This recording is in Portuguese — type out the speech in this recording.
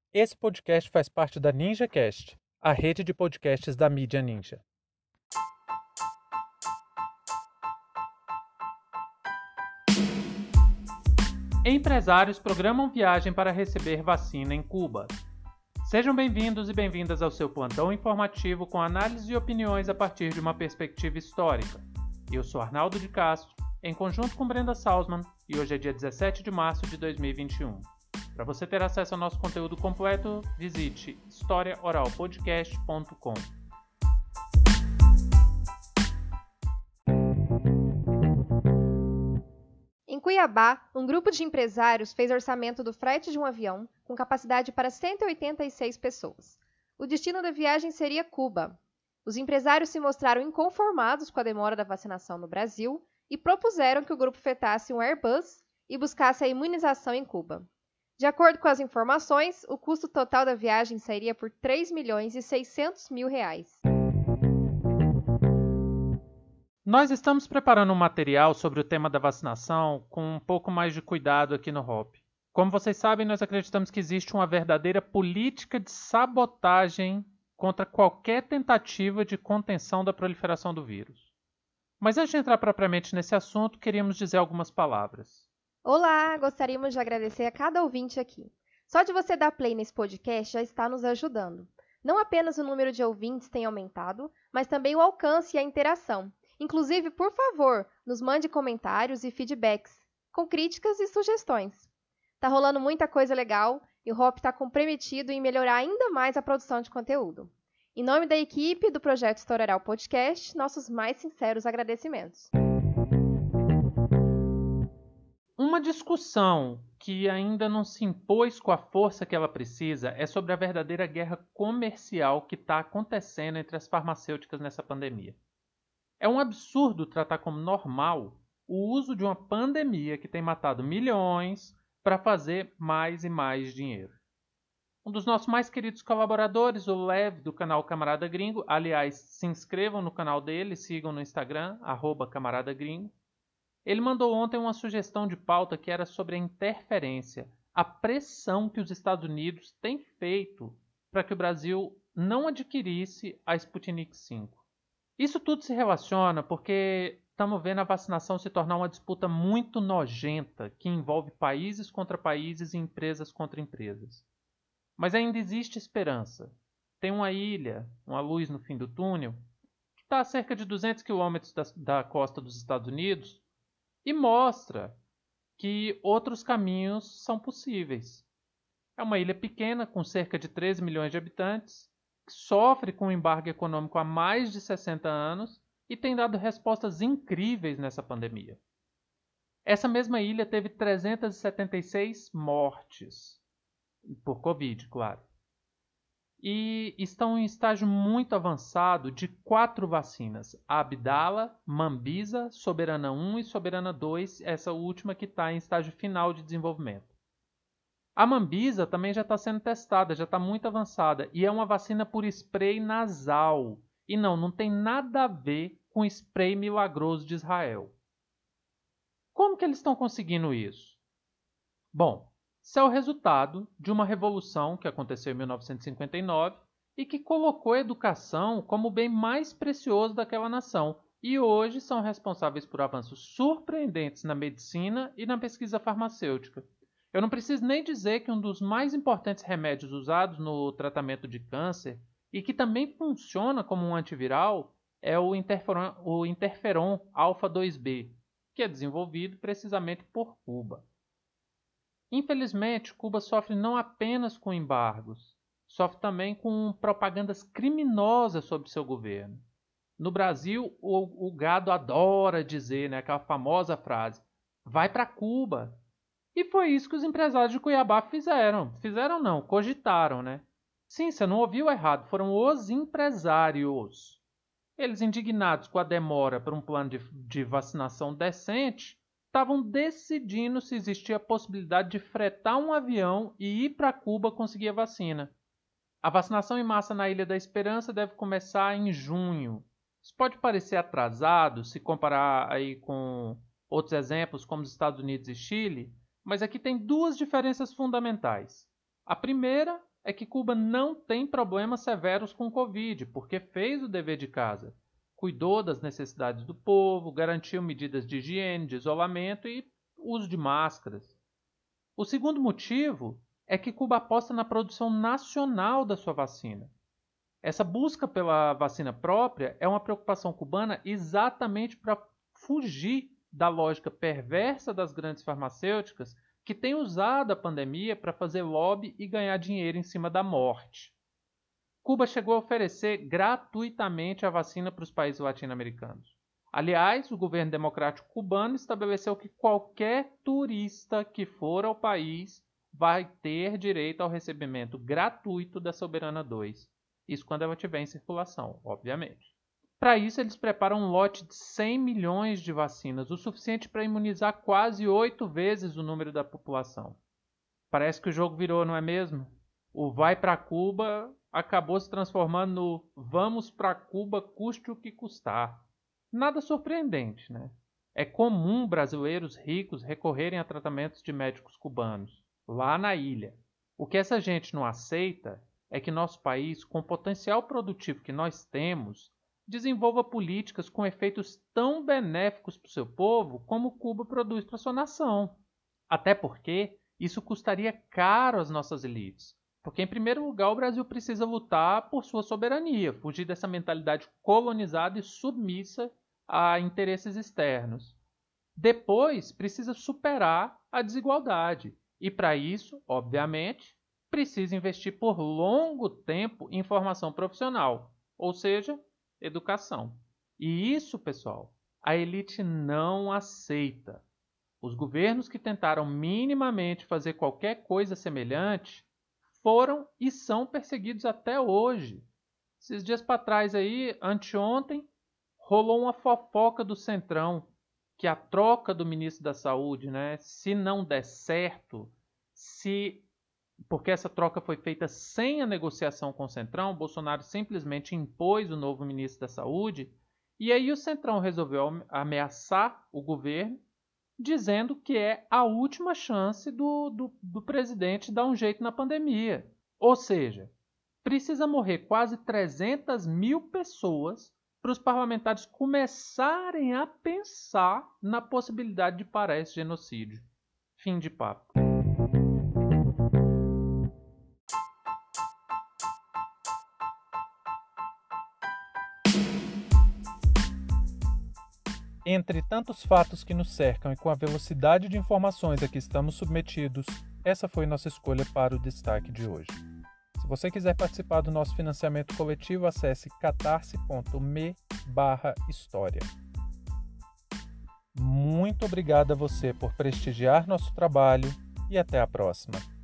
Esse podcast faz parte da NinjaCast, a rede de podcasts da mídia Ninja. Empresários programam viagem para receber vacina em Cuba. Sejam bem-vindos e bem-vindas ao seu plantão informativo com análise e opiniões a partir de uma perspectiva histórica. Eu sou Arnaldo de Castro, em conjunto com Brenda Salzman, e hoje é dia 17 de março de 2021. Para você ter acesso ao nosso conteúdo completo, visite historiaoralpodcast.com. Em Cuiabá, um grupo de empresários fez orçamento do frete de um avião com capacidade para 186 pessoas. O destino da viagem seria Cuba. Os empresários se mostraram inconformados com a demora da vacinação no Brasil e propuseram que o grupo fretasse um Airbus e buscasse a imunização em Cuba. De acordo com as informações, o custo total da viagem sairia por R$ 3.600.000. Nós estamos preparando um material sobre o tema da vacinação com um pouco mais de cuidado aqui no HOP. Como vocês sabem, nós acreditamos que existe uma verdadeira política de sabotagem contra qualquer tentativa de contenção da proliferação do vírus. Mas antes de entrar propriamente nesse assunto, queríamos dizer algumas palavras. Olá, gostaríamos de agradecer a cada ouvinte aqui. Só de você dar play nesse podcast já está nos ajudando. Não apenas o número de ouvintes tem aumentado, mas também o alcance e a interação. Inclusive, por favor, nos mande comentários e feedbacks, com críticas e sugestões. Tá rolando muita coisa legal e o HOP está comprometido em melhorar ainda mais a produção de conteúdo. Em nome da equipe do Projeto História Oral Podcast, nossos mais sinceros agradecimentos. Uma discussão que ainda não se impôs com a força que ela precisa é sobre a verdadeira guerra comercial que está acontecendo entre as farmacêuticas nessa pandemia. É um absurdo tratar como normal o uso de uma pandemia que tem matado milhões para fazer mais e mais dinheiro. Um dos nossos mais queridos colaboradores, o Lev, do canal Camarada Gringo, aliás, se inscrevam no canal dele, sigam no Instagram, @camarada-gringo. Ele mandou ontem uma sugestão de pauta que era sobre a interferência, a pressão que os Estados Unidos têm feito para que o Brasil não adquirisse a Sputnik V. Isso tudo se relaciona porque estamos vendo a vacinação se tornar uma disputa muito nojenta que envolve países contra países e empresas contra empresas. Mas ainda existe esperança. Tem uma ilha, uma luz no fim do túnel, que está a cerca de 200 quilômetros da costa dos Estados Unidos e mostra que outros caminhos são possíveis. É uma ilha pequena, com cerca de 13 milhões de habitantes, que sofre com um embargo econômico há mais de 60 anos e tem dado respostas incríveis nessa pandemia. Essa mesma ilha teve 376 mortes, por Covid, claro. E estão em estágio muito avançado de 4 vacinas, a Abdala, Mambisa, Soberana 1 e Soberana 2, essa última que está em estágio final de desenvolvimento. A Mambisa também já está sendo testada, já está muito avançada, e é uma vacina por spray nasal. E não tem nada a ver com o spray milagroso de Israel. Como que eles estão conseguindo isso? Bom, isso é o resultado de uma revolução que aconteceu em 1959 e que colocou a educação como o bem mais precioso daquela nação, e hoje são responsáveis por avanços surpreendentes na medicina e na pesquisa farmacêutica. Eu não preciso nem dizer que um dos mais importantes remédios usados no tratamento de câncer e que também funciona como um antiviral é o interferon alfa-2b, que é desenvolvido precisamente por Cuba. Infelizmente, Cuba sofre não apenas com embargos, sofre também com propagandas criminosas sobre seu governo. No Brasil, o gado adora dizer, aquela famosa frase, vai para Cuba. E foi isso que os empresários de Cuiabá fizeram. Fizeram não, cogitaram, Sim, você não ouviu errado, foram os empresários. Eles, indignados com a demora para um plano de vacinação decente, estavam decidindo se existia a possibilidade de fretar um avião e ir para Cuba conseguir a vacina. A vacinação em massa na Ilha da Esperança deve começar em junho. Isso pode parecer atrasado se comparar aí com outros exemplos como os Estados Unidos e Chile, mas aqui tem duas diferenças fundamentais. A primeira é que Cuba não tem problemas severos com o Covid, porque fez o dever de casa. Cuidou das necessidades do povo, garantiu medidas de higiene, de isolamento e uso de máscaras. O segundo motivo é que Cuba aposta na produção nacional da sua vacina. Essa busca pela vacina própria é uma preocupação cubana exatamente para fugir da lógica perversa das grandes farmacêuticas que têm usado a pandemia para fazer lobby e ganhar dinheiro em cima da morte. Cuba chegou a oferecer gratuitamente a vacina para os países latino-americanos. Aliás, o governo democrático cubano estabeleceu que qualquer turista que for ao país vai ter direito ao recebimento gratuito da Soberana 2. Isso quando ela estiver em circulação, obviamente. Para isso, eles preparam um lote de 100 milhões de vacinas, o suficiente para imunizar quase 8 vezes o número da população. Parece que o jogo virou, não é mesmo? O vai para Cuba acabou se transformando no vamos para Cuba custe o que custar. Nada surpreendente, né? É comum brasileiros ricos recorrerem a tratamentos de médicos cubanos, lá na ilha. O que essa gente não aceita é que nosso país, com o potencial produtivo que nós temos, desenvolva políticas com efeitos tão benéficos para o seu povo como Cuba produz para sua nação. Até porque isso custaria caro às nossas elites. Porque, em primeiro lugar, o Brasil precisa lutar por sua soberania, fugir dessa mentalidade colonizada e submissa a interesses externos. Depois, precisa superar a desigualdade. E, para isso, obviamente, precisa investir por longo tempo em formação profissional, ou seja, educação. E isso, pessoal, a elite não aceita. Os governos que tentaram minimamente fazer qualquer coisa semelhante foram e são perseguidos até hoje. Esses dias para trás aí, anteontem, rolou uma fofoca do Centrão, que a troca do ministro da Saúde, né, se não der certo, porque essa troca foi feita sem a negociação com o Centrão, Bolsonaro simplesmente impôs o novo ministro da Saúde, e aí o Centrão resolveu ameaçar o governo, dizendo que é a última chance do presidente dar um jeito na pandemia. Ou seja, precisa morrer quase 300 mil pessoas para os parlamentares começarem a pensar na possibilidade de parar esse genocídio. Fim de papo. Entre tantos fatos que nos cercam e com a velocidade de informações a que estamos submetidos, essa foi nossa escolha para o destaque de hoje. Se você quiser participar do nosso financiamento coletivo, acesse catarse.me/história. Muito obrigado a você por prestigiar nosso trabalho e até a próxima.